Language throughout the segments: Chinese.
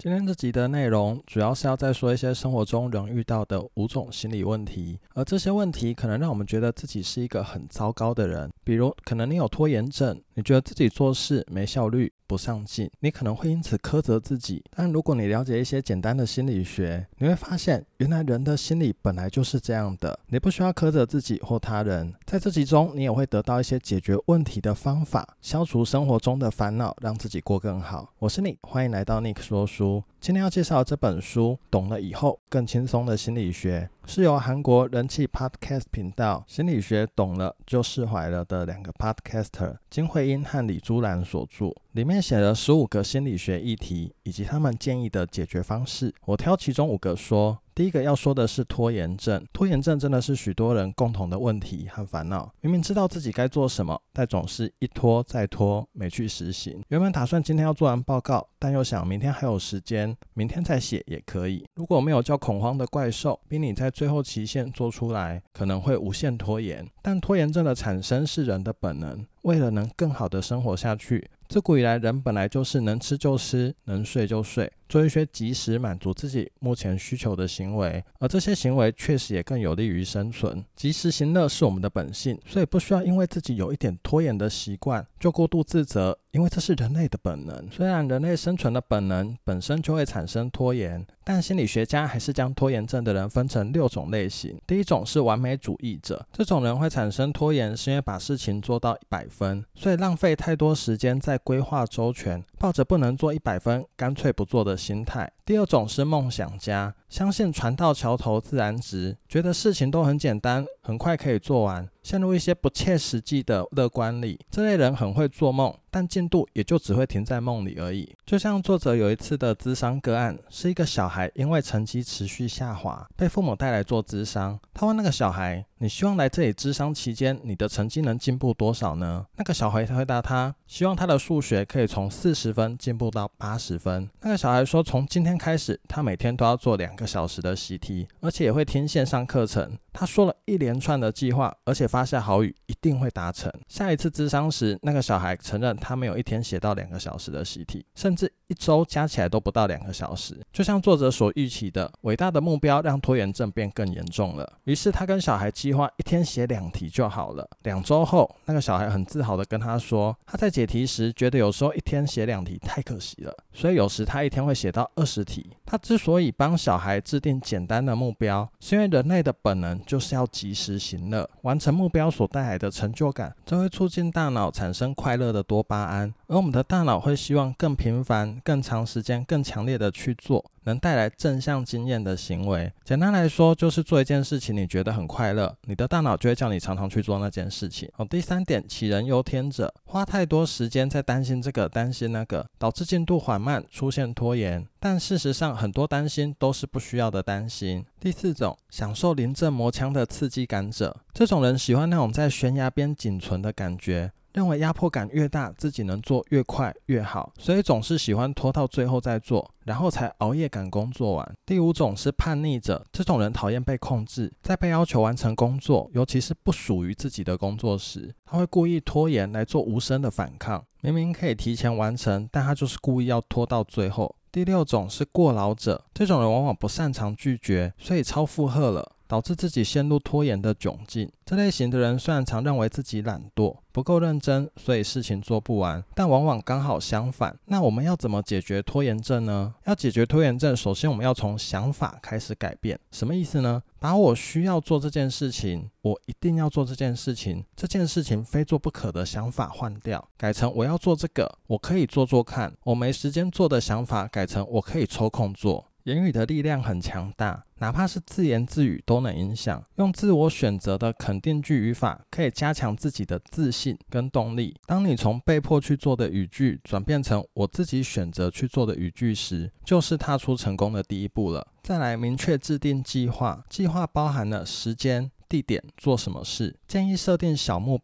今天这集的内容主要是要再说一些生活中人遇到的5种心理问题，而这些问题可能让我们觉得自己是一个很糟糕的人。比如可能你有拖延症，你觉得自己做事没效率，不上进，你可能会因此苛责自己。但如果你了解一些简单的心理学，你会发现原来人的心理本来就是这样的，你不需要苛责自己或他人。在这集中你也会得到一些解决问题的方法，消除生活中的烦恼，让自己过更好。我是Nick，欢迎来到Nick说书。今天要介绍这本书懂了以后更轻松的心理学，是由韩国人气 podcast 频道心理学懂了就释怀了的2个 podcaster 金惠英和李珠兰所著，里面写了15个心理学议题以及他们建议的解决方式。我挑其中5个说。第一个要说的是拖延症。拖延症真的是许多人共同的问题和烦恼，明明知道自己该做什么，但总是一拖再拖，没去实行。原本打算今天要做完报告，但又想明天还有时间，明天再写也可以。如果没有叫恐慌的怪兽逼你在最后期限做出来，可能会无限拖延。但拖延症的产生是人的本能，为了能更好的生活下去，自古以来人本来就是能吃就吃，能睡就睡，做一些及时满足自己目前需求的行为，而这些行为确实也更有利于生存。及时行乐是我们的本性，所以不需要因为自己有一点拖延的习惯就过度自责，因为这是人类的本能。虽然人类生存的本能本身就会产生拖延，但心理学家还是将拖延症的人分成6种类型。第一种是完美主义者，这种人会产生拖延是因为把事情做到100分，所以浪费太多时间在规划周全，抱着不能做100分干脆不做的心态。第二种是梦想家，相信船到桥头自然直，觉得事情都很简单，很快可以做完，陷入一些不切实际的乐观里。这类人很会做梦，但进度也就只会停在梦里而已。就像作者有一次的咨商个案，是一个小孩因为成绩持续下滑，被父母带来做咨商。他问那个小孩，你希望来这里咨商期间你的成绩能进步多少呢？那个小孩回答他，希望他的数学可以从40分进步到80分。那个小孩说，从今天开始他每天都要做2个小时的习题，而且也会听线上课程。他说了一连串的计划，而且发下豪语一定会达成。下一次咨商时，那个小孩承认他没有一天写到2个小时的习题，甚至1周加起来都不到2个小时。就像作者所预期的，伟大的目标让拖延症变更严重了。于是他跟小孩计划一天写2题就好了。2周后，那个小孩很自豪地跟他说，他在解题时觉得有时候一天写2题太可惜了，所以有时他一天会写到20题。他之所以帮小孩制定简单的目标，是因为人类的本能就是要及时行乐，完成目标所带来的成就感，这会促进大脑产生快乐的多巴胺，而我们的大脑会希望更频繁、更长时间、更强烈的去做能带来正向经验的行为。简单来说，就是做一件事情你觉得很快乐，你的大脑就会叫你常常去做那件事情。第3点，杞人忧天者，花太多时间在担心这个担心那个，导致进度缓慢，出现拖延。但事实上很多担心都是不需要的担心。第4种，享受临阵磨枪的刺激感者，这种人喜欢那种在悬崖边仅存的感觉，认为压迫感越大，自己能做越快越好，所以总是喜欢拖到最后再做，然后才熬夜赶工做完。第5种是叛逆者，这种人讨厌被控制，在被要求完成工作，尤其是不属于自己的工作时，他会故意拖延来做无声的反抗，明明可以提前完成，但他就是故意要拖到最后。第6种是过劳者，这种人往往不擅长拒绝，所以超负荷了，导致自己陷入拖延的窘境。这类型的人虽然常认为自己懒惰，不够认真，所以事情做不完，但往往刚好相反。那我们要怎么解决拖延症呢？要解决拖延症，首先我们要从想法开始改变。什么意思呢？把我需要做这件事情，我一定要做这件事情，这件事情非做不可的想法换掉，改成我要做这个，我可以做做看，我没时间做的想法改成我可以抽空做。言语的力量很强大，哪怕是自言自语都能影响。用自我选择的肯定句语法可以加强自己的自信跟动力。当你从被迫去做的语句转变成我自己选择去做的语句时，就是踏出成功的第一步了。再来，明确制定计划，计划包含了时间、地点、做什么事，建议设定小目标，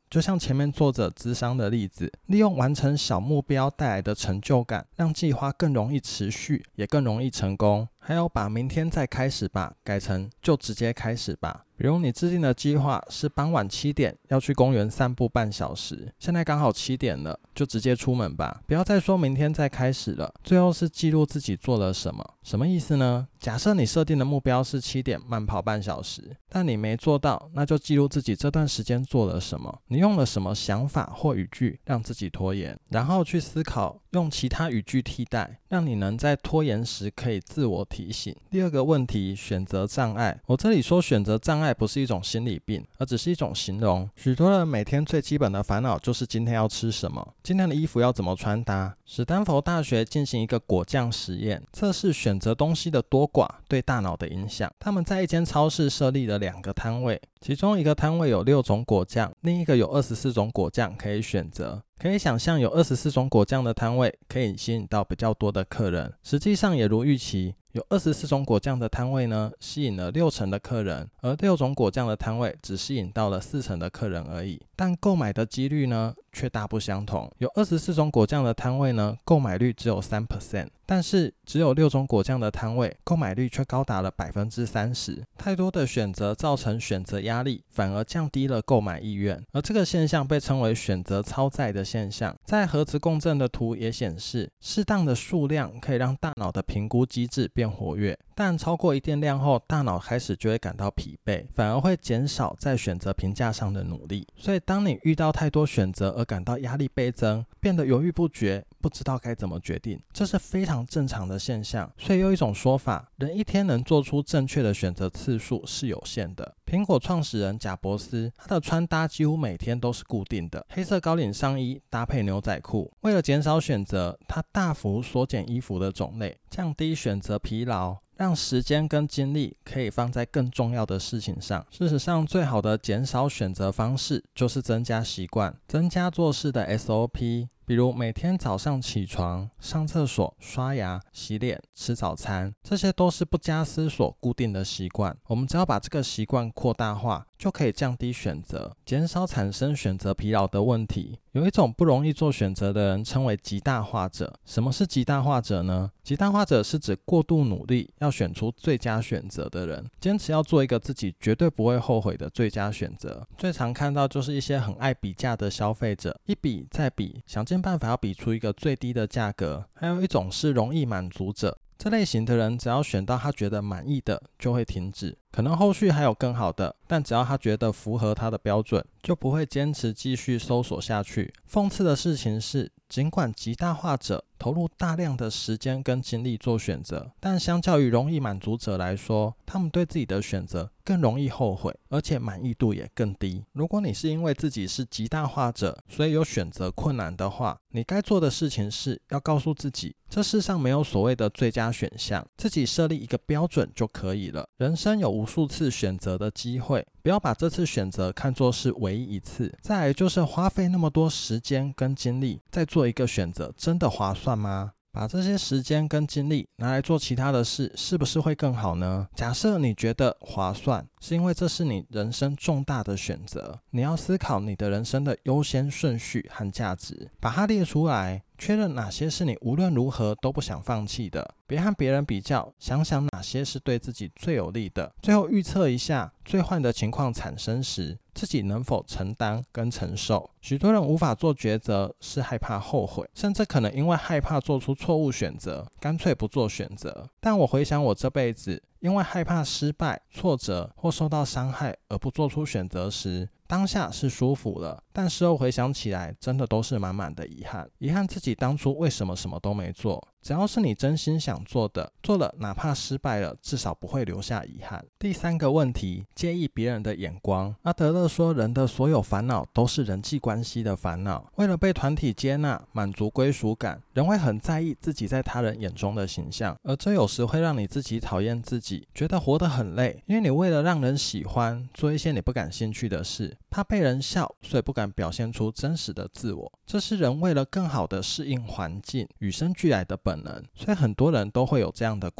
就像前面作者咨商的例子，利用完成小目标带来的成就感，让计划更容易持续，也更容易成功。还有把明天再开始吧改成就直接开始吧。比如你制定的计划是傍晚7点要去公园散步半小时，现在刚好7点了，就直接出门吧，不要再说明天再开始了。最后是记录自己做了什么。什么意思呢？假设你设定的目标是7点慢跑半小时，但你没做到，那就记录自己这段时间做了什么，你用了什么想法或语句让自己拖延，然后去思考用其他语句替代，让你能在拖延时可以自我提醒。第二个问题，选择障碍。我这里说选择障碍不是一种心理病，而只是一种形容。许多人每天最基本的烦恼就是今天要吃什么，今天的衣服要怎么穿搭。史丹佛大学进行一个果酱实验，测试选择东西的多寡对大脑的影响。他们在一间超市设立了2个摊位，其中一个摊位有6种果酱，另一个有24种果酱可以选择。可以想象有24种果酱的摊位可以吸引到比较多的客人，实际上也如预期，有24种果酱的摊位呢，吸引了60%的客人，而6种果酱的摊位只吸引到了40%的客人而已。但购买的几率呢，却大不相同。有24种果酱的摊位呢，购买率只有 3%， 但是只有6种果酱的摊位，购买率却高达了 30%。太多的选择造成选择压力，反而降低了购买意愿，而这个现象被称为选择超载的现象。在核磁共振的图也显示，适当的数量可以让大脑的评估机制变活跃，但超过一定量后，大脑开始就会感到疲惫，反而会减少在选择评价上的努力。所以当你遇到太多选择而感到压力倍增，变得犹豫不决，不知道该怎么决定，这是非常正常的现象。所以有一种说法，人一天能做出正确的选择次数是有限的。苹果创始人贾伯斯，他的穿搭几乎每天都是固定的，黑色高领上衣搭配牛仔裤。为了减少选择，他大幅缩减衣服的种类，降低选择疲劳，让时间跟精力可以放在更重要的事情上。事实上，最好的减少选择方式就是增加习惯，增加做事的 SOP。比如每天早上起床、上厕所、刷牙、洗脸、吃早餐，这些都是不加思索固定的习惯。我们只要把这个习惯扩大化，就可以降低选择，减少产生选择疲劳的问题。有一种不容易做选择的人称为极大化者。什么是极大化者呢？极大化者是指过度努力要选出最佳选择的人，坚持要做一个自己绝对不会后悔的最佳选择。最常看到就是一些很爱比价的消费者，一比再比，想尽办法要比出一个最低的价格。还有一种是容易满足者，这类型的人只要选到他觉得满意的就会停止，可能后续还有更好的，但只要他觉得符合他的标准，就不会坚持继续搜索下去。讽刺的事情是，尽管极大化者投入大量的时间跟精力做选择，但相较于容易满足者来说，他们对自己的选择更容易后悔，而且满意度也更低。如果你是因为自己是极大化者，所以有选择困难的话，你该做的事情是要告诉自己，这世上没有所谓的最佳选项，自己设立一个标准就可以了。人生有无数次选择的机会，不要把这次选择看作是唯一一次。再来就是花费那么多时间跟精力再做一个选择，真的划算吗？把这些时间跟精力拿来做其他的事，是不是会更好呢？假设你觉得划算，是因为这是你人生重大的选择，你要思考你的人生的优先顺序和价值，把它列出来，确认哪些是你无论如何都不想放弃的，别和别人比较，想想哪些是对自己最有利的，最后预测一下最坏的情况产生时，自己能否承担跟承受。许多人无法做抉择，是害怕后悔，甚至可能因为害怕做出错误选择，干脆不做选择。但我回想我这辈子，因为害怕失败、挫折或受到伤害而不做出选择时，当下是舒服了，但事后回想起来，真的都是满满的遗憾。遗憾自己当初为什么什么都没做。只要是你真心想做的，做了哪怕失败了，至少不会留下遗憾。第3个问题，介意别人的眼光。阿德勒说，人的所有烦恼都是人际关系的烦恼。为了被团体接纳，满足归属感，人会很在意自己在他人眼中的形象，而这有时会让你自己讨厌自己，觉得活得很累，因为你为了让人喜欢，做一些你不感兴趣的事，怕被人笑，所以不敢表现出真实的自我。这是人为了更好的适应环境与生俱来的本能，所以很多人都会有这样的困扰。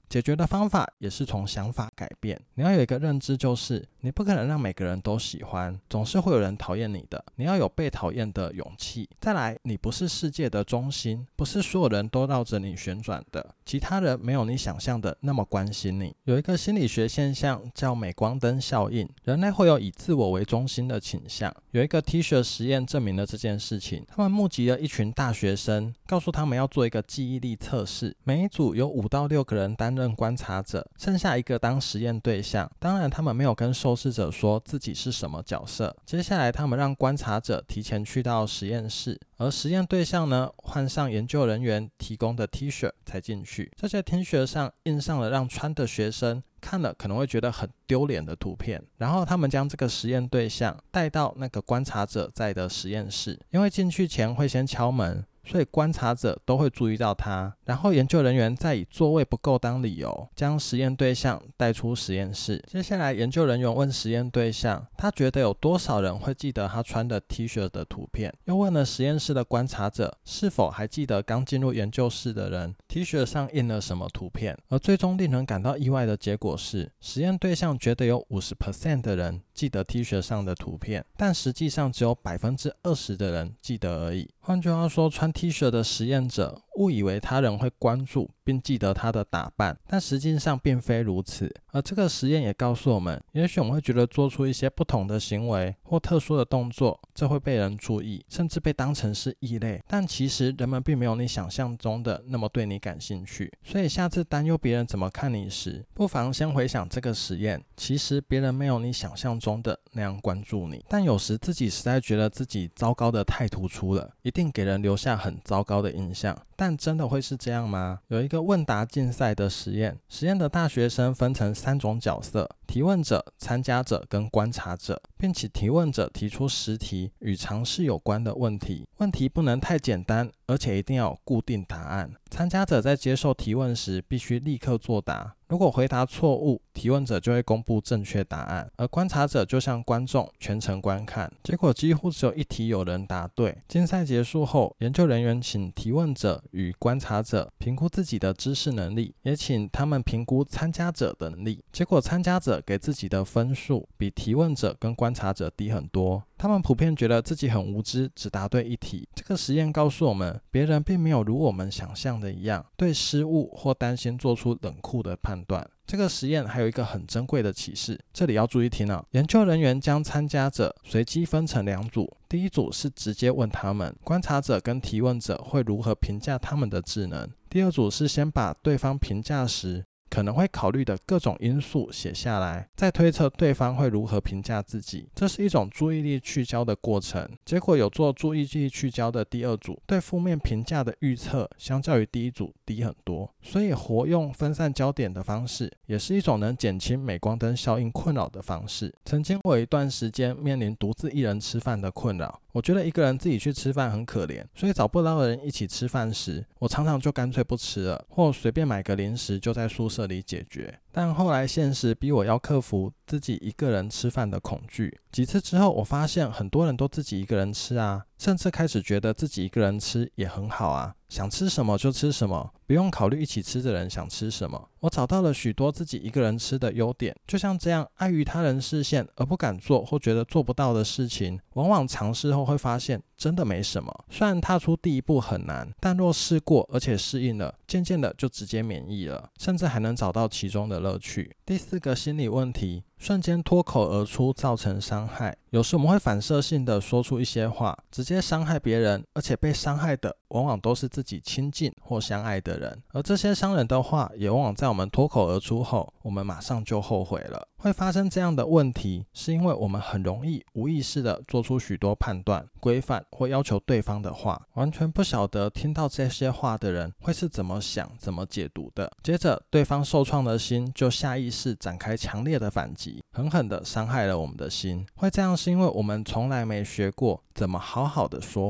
解决的方法也是从想法改变。你要有一个认知，就是你不可能让每个人都喜欢，总是会有人讨厌你的，你要有被讨厌的勇气。再来，你不是世界的中心，不是所有人都绕着你旋转的，其他人没有你想象的那么关心你。有一个心理学现象叫镁光灯效应，人类会有以自我为中心的倾向。有一个 T-shirt 实验证明了这件事情，他们募集了一群大学生，告诉他们要做一个记忆力测试，每一组有5到6个人担任观察者，剩下1个当实验对象。当然他们没有跟受试者说自己是什么角色。接下来他们让观察者提前去到实验室，而实验对象呢，换上研究人员提供的 T-shirt 才进去。这些 T-shirt 上印上了让穿的学生看了可能会觉得很丢脸的图片，然后他们将这个实验对象带到那个观察者在的实验室，因为进去前会先敲门，所以观察者都会注意到他，然后研究人员再以座位不够当理由，将实验对象带出实验室。接下来研究人员问实验对象，他觉得有多少人会记得他穿的 T-shirt 的图片，又问了实验室的观察者是否还记得刚进入研究室的人 T-shirt 上印了什么图片。而最终令人感到意外的结果是，实验对象觉得有 50% 的人记得 T-shirt 上的图片，但实际上只有 20% 的人记得而已。换句话说，穿 T-shirt 的实验者误以为他人会关注并记得他的打扮，但实际上并非如此。而这个实验也告诉我们，也许我们会觉得做出一些不同的行为或特殊的动作，这会被人注意，甚至被当成是异类，但其实人们并没有你想象中的那么对你感兴趣。所以下次担忧别人怎么看你时，不妨先回想这个实验，其实别人没有你想象中的那样关注你。但有时自己实在觉得自己糟糕的太突出了，一定给人留下很糟糕的印象。但真的会是这样吗？有一个问答竞赛的实验，实验的大学生分成3种角色，提问者、参加者跟观察者，并且提问者提出10题与常识有关的问题，问题不能太简单，而且一定要有固定答案。参加者在接受提问时必须立刻作答，如果回答错误，提问者就会公布正确答案，而观察者就像观众全程观看。结果几乎只有1题有人答对。竞赛结束后，研究人员请提问者与观察者评估自己的知识能力，也请他们评估参加者的能力。结果参加者给自己的分数比提问者跟观察者低很多，他们普遍觉得自己很无知，只答对1题。这个实验告诉我们，别人并没有如我们想象的一样，对失误或担心做出冷酷的判断。这个实验还有一个很珍贵的启示，这里要注意听哦。研究人员将参加者随机分成2组，第一组是直接问他们，观察者跟提问者会如何评价他们的智能；第二组是先把对方评价时可能会考虑的各种因素写下来，再推测对方会如何评价自己。这是一种注意力聚焦的过程。结果有做注意力聚焦的第2组，对负面评价的预测相较于第一组低很多。所以活用分散焦点的方式，也是一种能减轻镁光灯效应困扰的方式。曾经我有一段时间面临独自一人吃饭的困扰，我觉得一个人自己去吃饭很可怜，所以找不到人一起吃饭时，我常常就干脆不吃了，或随便买个零食就在宿舍里解决。但后来现实逼我要克服自己一个人吃饭的恐惧。几次之后，我发现很多人都自己一个人吃啊，甚至开始觉得自己一个人吃也很好啊，想吃什么就吃什么，不用考虑一起吃的人想吃什么。我找到了许多自己一个人吃的优点，就像这样碍于他人视线而不敢做或觉得做不到的事情，往往尝试后会发现真的没什么。虽然踏出第一步很难，但若试过而且适应了，渐渐的就直接免疫了，甚至还能找到其中的乐趣。第4个心理问题，瞬间脱口而出造成伤害。有时我们会反射性的说出一些话，直接伤害别人，而且被伤害的往往都是自己亲近或相爱的人。而这些伤人的话，也往往在我们脱口而出后，我们马上就后悔了。会发生这样的问题，是因为我们很容易无意识的做出许多判断、规范或要求对方的话，完全不晓得听到这些话的人会是怎么想、怎么解读的。接着，对方受创的心就下意识展开强烈的反击，狠狠的伤害了我们的心。会这样是因为我们从来没学过怎么好好的说话。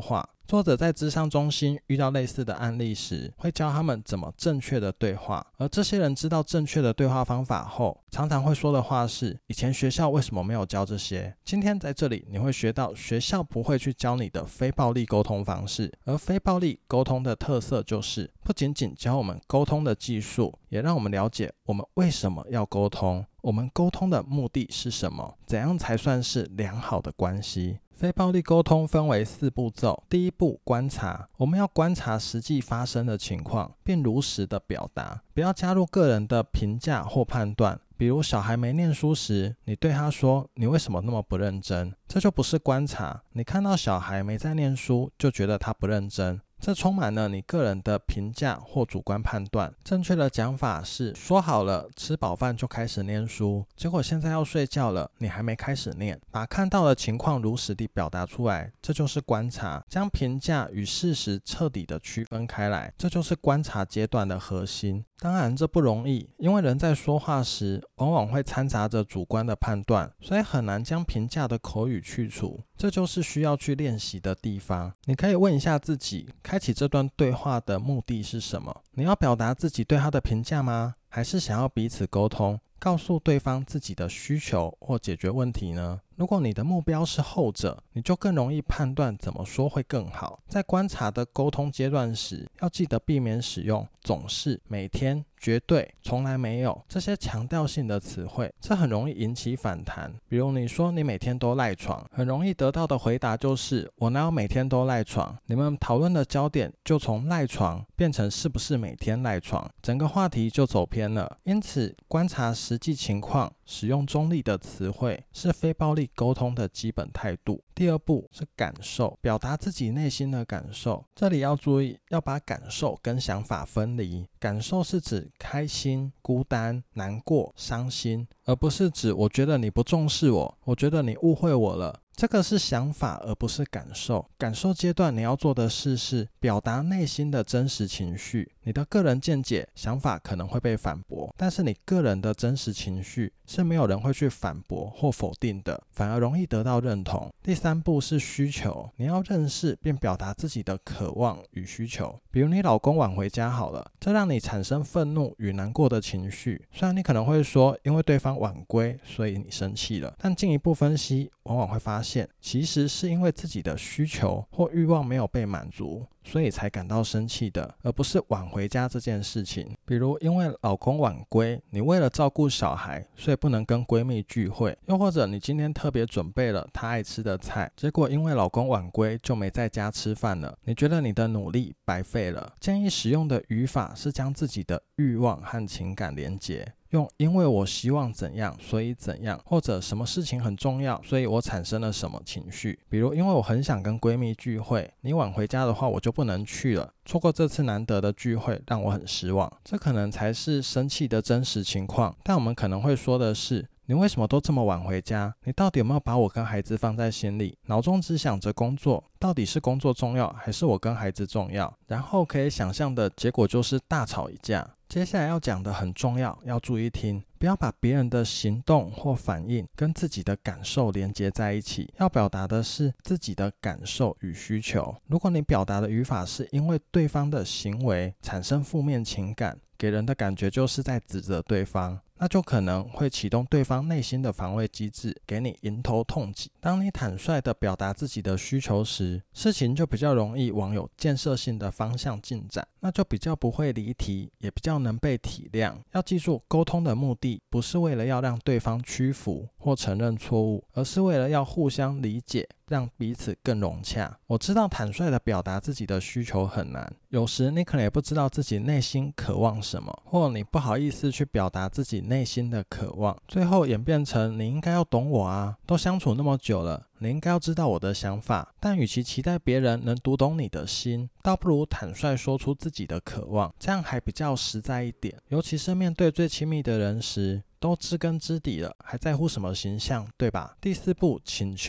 作者在諮商中心遇到类似的案例时，会教他们怎么正确的对话，而这些人知道正确的对话方法后，常常会说的话是，以前学校为什么没有教这些？今天在这里你会学到学校不会去教你的非暴力沟通方式，而非暴力沟通的特色就是不仅仅教我们沟通的技术，也让我们了解我们为什么要沟通，我们沟通的目的是什么，怎样才算是良好的关系。非暴力沟通分为4步骤。第一步，观察。我们要观察实际发生的情况，并如实的表达，不要加入个人的评价或判断。比如小孩没念书时，你对他说，你为什么那么不认真？这就不是观察。你看到小孩没在念书，就觉得他不认真，这充满了你个人的评价或主观判断。正确的讲法是，说好了吃饱饭就开始念书，结果现在要睡觉了，你还没开始念。把看到的情况如实地表达出来，这就是观察。将评价与事实彻底的区分开来，这就是观察阶段的核心。当然这不容易，因为人在说话时往往会掺杂着主观的判断，所以很难将评价的口语去除，这就是需要去练习的地方。你可以问一下自己，开启这段对话的目的是什么？你要表达自己对他的评价吗？还是想要彼此沟通，告诉对方自己的需求或解决问题呢？如果你的目标是后者，你就更容易判断怎么说会更好。在观察的沟通阶段时，要记得避免使用总是、每天、绝对、从来没有这些强调性的词汇，这很容易引起反弹。比如你说你每天都赖床，很容易得到的回答就是我哪有每天都赖床？你们讨论的焦点就从赖床变成是不是每天赖床，整个话题就走偏了。因此观察实际情况，使用中立的词汇是非暴力沟通的基本态度。第二步是感受，表达自己内心的感受。这里要注意，要把感受跟想法分离。感受是指开心、孤单、难过、伤心，而不是指我觉得你不重视我，我觉得你误会我了。这个是想法而不是感受。感受阶段你要做的事是表达内心的真实情绪。你的个人见解、想法可能会被反驳，但是你个人的真实情绪是没有人会去反驳或否定的，反而容易得到认同。第三步是需求，你要认识并表达自己的渴望与需求。比如你老公晚回家好了，这让你产生愤怒与难过的情绪。虽然你可能会说因为对方晚归所以你生气了，但进一步分析往往会发现其实是因为自己的需求或欲望没有被满足，所以才感到生气的，而不是晚回家这件事情。比如因为老公晚归，你为了照顾小孩，所以不能跟闺蜜聚会，又或者你今天特别准备了她爱吃的菜，结果因为老公晚归就没在家吃饭了，你觉得你的努力白费了。建议使用的语法是将自己的欲望和情感连结，用因为我希望怎样所以怎样，或者什么事情很重要所以我产生了什么情绪。比如因为我很想跟闺蜜聚会，你晚回家的话我就不能去了，错过这次难得的聚会让我很失望。这可能才是生气的真实情况，但我们可能会说的是，你为什么都这么晚回家？你到底有没有把我跟孩子放在心里？脑中只想着工作，到底是工作重要还是我跟孩子重要？然后可以想象的结果就是大吵一架。接下来要讲的很重要，要注意听，不要把别人的行动或反应跟自己的感受连接在一起，要表达的是自己的感受与需求。如果你表达的语法是因为对方的行为产生负面情感，给人的感觉就是在指责对方，那就可能会启动对方内心的防卫机制，给你迎头痛击。当你坦率地表达自己的需求时，事情就比较容易往有建设性的方向进展，那就比较不会离题，也比较能被体谅。要记住，沟通的目的不是为了要让对方屈服或承认错误，而是为了要互相理解，让彼此更融洽。我知道坦率地表达自己的需求很难，有时你可能也不知道自己内心渴望什么，或你不好意思去表达自己内心的渴望，最后演变成你应该要懂我啊，都相处那么久了，你应该要知道我的想法。但与其期待别人能读懂你的心，倒不如坦率说出自己的渴望，这样还比较实在一点。尤其是面对最亲密的人时，都知根知底了，还在乎什么形象，对吧？第四步，请求。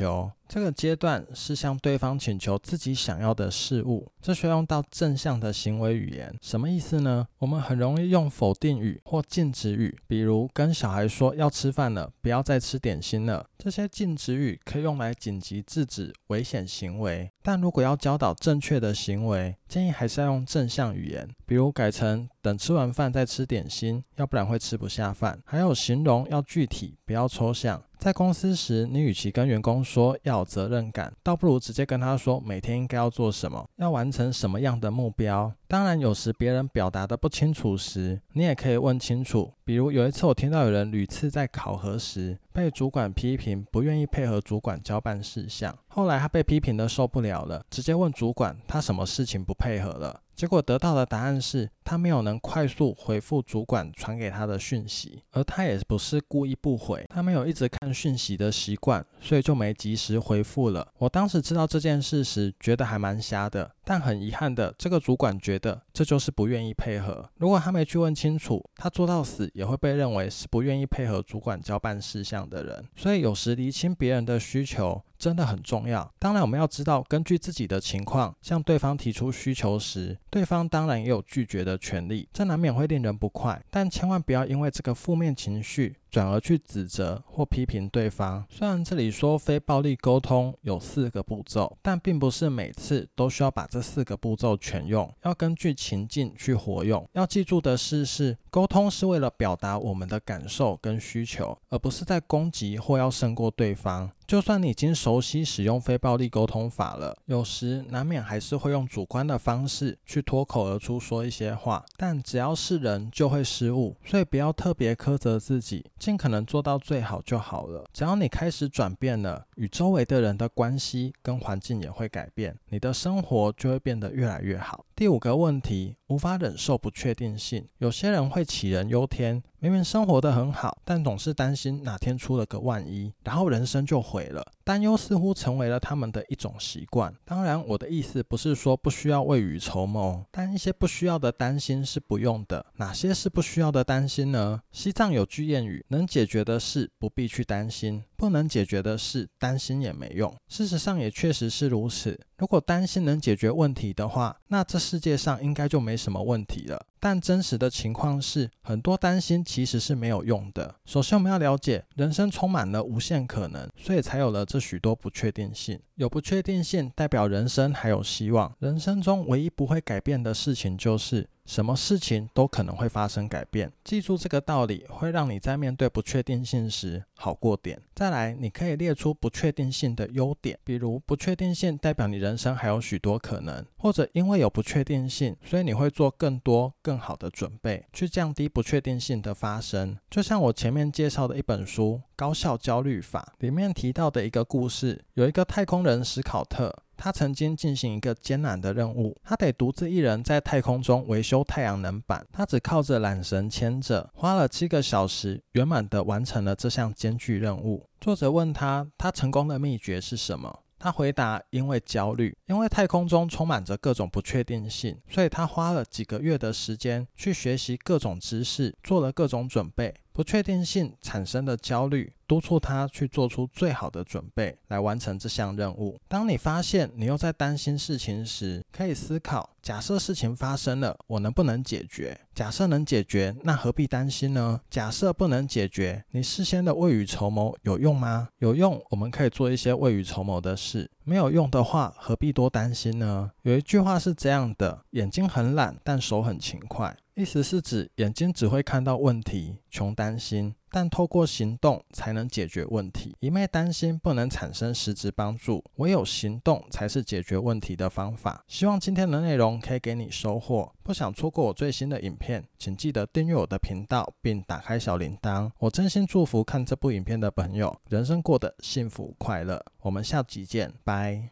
这个阶段是向对方请求自己想要的事物，这需要用到正向的行为语言。什么意思呢？我们很容易用否定语或禁止语，比如跟小孩说要吃饭了，不要再吃点心了。这些禁止语可以用来紧急制止危险行为，但如果要教导正确的行为，建议还是要用正向语言，比如改成等吃完饭再吃点心，要不然会吃不下饭。还有形容要具体，不要抽象。在公司时，你与其跟员工说要有责任感，倒不如直接跟他说每天应该要做什么，要完成什么样的目标。当然，有时别人表达的不清楚时，你也可以问清楚。比如有一次我听到有人屡次在考核时被主管批评不愿意配合主管交办事项，后来他被批评的受不了了，直接问主管他什么事情不配合了。结果得到的答案是他没有能快速回复主管传给他的讯息，而他也不是故意不回，他没有一直看讯息的习惯，所以就没及时回复了。我当时知道这件事时觉得还蛮瞎的，但很遗憾的，这个主管觉得这就是不愿意配合。如果他没去问清楚，他做到死也会被认为是不愿意配合主管交办事项的人。所以有时厘清别人的需求真的很重要。当然我们要知道，根据自己的情况向对方提出需求时，对方当然也有拒绝的权利，这难免会令人不快，但千万不要因为这个负面情绪转而去指责或批评对方。虽然这里说非暴力沟通有4个步骤，但并不是每次都需要把这4个步骤全用，要根据情境去活用。要记住的是沟通是为了表达我们的感受跟需求，而不是在攻击或要胜过对方。就算你已经熟悉使用非暴力沟通法了，有时难免还是会用主观的方式去脱口而出说一些话，但只要是人就会失误，所以不要特别苛责自己，尽可能做到最好就好了。只要你开始转变了，与周围的人的关系跟环境也会改变，你的生活就会变得越来越好。第5个问题，无法忍受不确定性。有些人会杞人忧天，明明生活得很好，但总是担心哪天出了个万一，然后人生就毁了。担忧似乎成为了他们的一种习惯。当然，我的意思不是说不需要未雨绸缪，但一些不需要的担心是不用的。哪些是不需要的担心呢？西藏有句谚语，能解决的事不必去担心，不能解决的事担心也没用。事实上也确实是如此。如果担心能解决问题的话，那这世界上应该就没什么问题了。但真实的情况是，很多担心其实是没有用的。首先我们要了解，人生充满了无限可能，所以才有了这许多不确定性。有不确定性代表人生还有希望。人生中唯一不会改变的事情就是什么事情都可能会发生改变。记住这个道理，会让你在面对不确定性时好过点。再来，你可以列出不确定性的优点，比如不确定性代表你人生还有许多可能，或者因为有不确定性，所以你会做更多更好的准备，去降低不确定性的发生。就像我前面介绍的一本书《高效焦虑法》里面提到的一个故事，有一个太空人史考特，他曾经进行一个艰难的任务，他得独自一人在太空中维修太阳能板，他只靠着缆绳牵着，花了7个小时圆满地完成了这项艰巨任务。作者问他成功的秘诀是什么？他回答，因为焦虑，因为太空中充满着各种不确定性，所以他花了几个月的时间去学习各种知识，做了各种准备。不确定性产生的焦虑督促他去做出最好的准备来完成这项任务。当你发现你又在担心事情时，可以思考，假设事情发生了，我能不能解决？假设能解决，那何必担心呢？假设不能解决，你事先的未雨绸缪有用吗？有用，我们可以做一些未雨绸缪的事。没有用的话，何必多担心呢？有一句话是这样的，眼睛很懒，但手很勤快。意思是指眼睛只会看到问题，穷担心，但透过行动才能解决问题。一昧担心不能产生实质帮助，唯有行动才是解决问题的方法。希望今天的内容可以给你收获。不想错过我最新的影片，请记得订阅我的频道并打开小铃铛。我真心祝福看这部影片的朋友，人生过得幸福快乐。我们下集见，拜。